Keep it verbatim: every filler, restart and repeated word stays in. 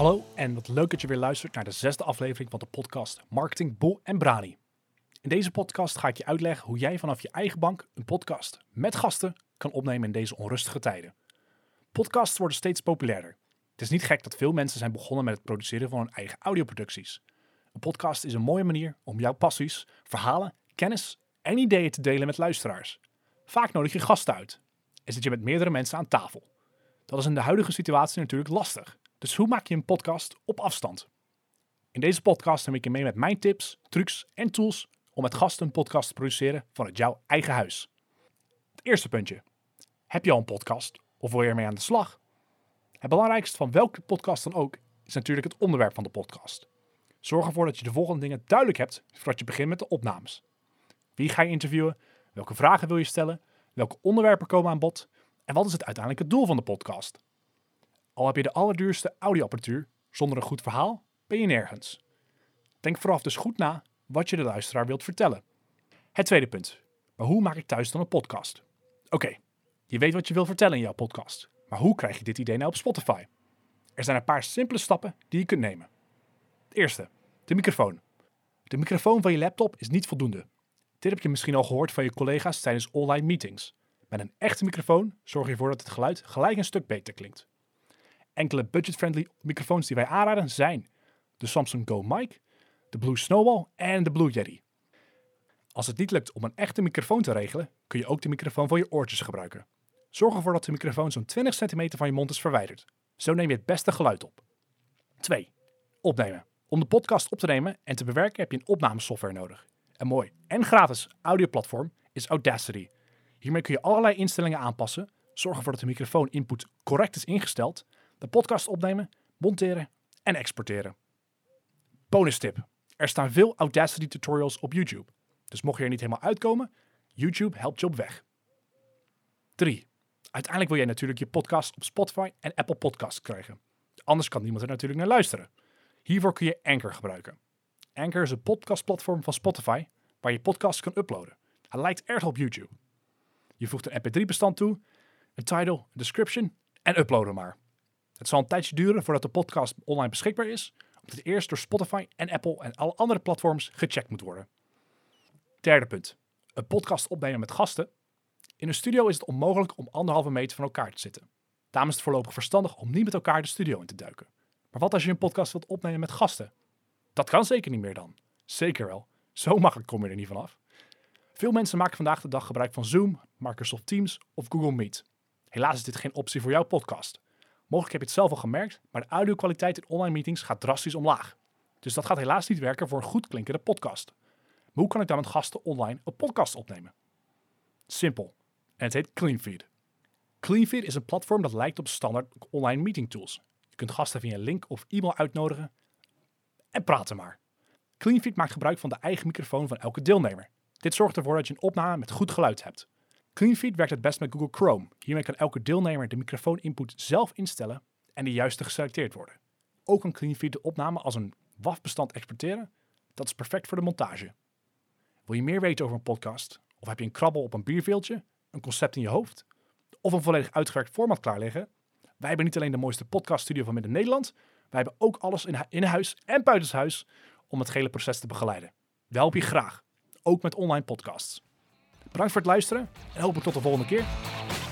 Hallo en wat leuk dat je weer luistert naar de zesde aflevering van de podcast Marketing, Boel en Brani. In deze podcast ga ik je uitleggen hoe jij vanaf je eigen bank een podcast met gasten kan opnemen in deze onrustige tijden. Podcasts worden steeds populairder. Het is niet gek dat veel mensen zijn begonnen met het produceren van hun eigen audioproducties. Een podcast is een mooie manier om jouw passies, verhalen, kennis en ideeën te delen met luisteraars. Vaak nodig je gasten uit en zit je met meerdere mensen aan tafel. Dat is in de huidige situatie natuurlijk lastig. Dus hoe maak je een podcast op afstand? In deze podcast neem ik je mee met mijn tips, trucs en tools om met gasten een podcast te produceren vanuit jouw eigen huis. Het eerste puntje. Heb je al een podcast of wil je ermee aan de slag? Het belangrijkste van welke podcast dan ook is natuurlijk het onderwerp van de podcast. Zorg ervoor dat je de volgende dingen duidelijk hebt voordat je begint met de opnames. Wie ga je interviewen? Welke vragen wil je stellen? Welke onderwerpen komen aan bod? En wat is het uiteindelijke doel van de podcast? Al heb je de allerduurste audioapparatuur, zonder een goed verhaal ben je nergens. Denk vooraf dus goed na wat je de luisteraar wilt vertellen. Het tweede punt. Maar hoe maak ik thuis dan een podcast? Oké, okay, je weet wat je wil vertellen in jouw podcast. Maar hoe krijg je dit idee nou op Spotify? Er zijn een paar simpele stappen die je kunt nemen. Het eerste, de microfoon. De microfoon van je laptop is niet voldoende. Dit heb je misschien al gehoord van je collega's tijdens online meetings. Met een echte microfoon zorg je ervoor dat het geluid gelijk een stuk beter klinkt. Enkele budget-friendly microfoons die wij aanraden zijn de Samsung Go Mic, de Blue Snowball en de Blue Yeti. Als het niet lukt om een echte microfoon te regelen, kun je ook de microfoon voor je oortjes gebruiken. Zorg ervoor dat de microfoon zo'n twintig centimeter van je mond is verwijderd. Zo neem je het beste geluid op. twee. Opnemen. Om de podcast op te nemen en te bewerken heb je een opnamesoftware nodig. Een mooi en gratis audioplatform is Audacity. Hiermee kun je allerlei instellingen aanpassen, zorg ervoor dat de microfoon input correct is ingesteld, de podcast opnemen, monteren en exporteren. Bonus tip. Er staan veel Audacity tutorials op YouTube. Dus mocht je er niet helemaal uitkomen, YouTube helpt je op weg. drie. Uiteindelijk wil jij natuurlijk je podcast op Spotify en Apple Podcasts krijgen. Anders kan niemand er natuurlijk naar luisteren. Hiervoor kun je Anchor gebruiken. Anchor is een podcastplatform van Spotify waar je podcast kan uploaden. Hij lijkt erg op YouTube. Je voegt een M P drie bestand toe, een title, een description en uploaden maar. Het zal een tijdje duren voordat de podcast online beschikbaar is, omdat het eerst door Spotify en Apple en alle andere platforms gecheckt moet worden. Derde punt. Een podcast opnemen met gasten. In een studio is het onmogelijk om anderhalve meter van elkaar te zitten. Daarom is het voorlopig verstandig om niet met elkaar de studio in te duiken. Maar wat als je een podcast wilt opnemen met gasten? Dat kan zeker niet meer dan. Zeker wel. Zo makkelijk kom je er niet vanaf. Veel mensen maken vandaag de dag gebruik van Zoom, Microsoft Teams of Google Meet. Helaas is dit geen optie voor jouw podcast. Mogelijk heb je het zelf al gemerkt, maar de audio-kwaliteit in online meetings gaat drastisch omlaag. Dus dat gaat helaas niet werken voor een goed klinkende podcast. Maar hoe kan ik dan met gasten online een podcast opnemen? Simpel. En het heet CleanFeed. CleanFeed is een platform dat lijkt op standaard online meeting tools. Je kunt gasten via een link of e-mail uitnodigen en praten maar. CleanFeed maakt gebruik van de eigen microfoon van elke deelnemer. Dit zorgt ervoor dat je een opname met goed geluid hebt. CleanFeed werkt het best met Google Chrome. Hiermee kan elke deelnemer de microfoon-input zelf instellen en de juiste geselecteerd worden. Ook kan CleanFeed de opname als een W A V-bestand exporteren. Dat is perfect voor de montage. Wil je meer weten over een podcast? Of heb je een krabbel op een bierveeltje, een concept in je hoofd? Of een volledig uitgewerkt format klaar liggen? Wij hebben niet alleen de mooiste podcaststudio van Midden-Nederland, wij hebben ook alles in, hu- in huis en buitenshuis om het hele proces te begeleiden. We helpen je graag, ook met online podcasts. Bedankt voor het luisteren en hopelijk tot de volgende keer.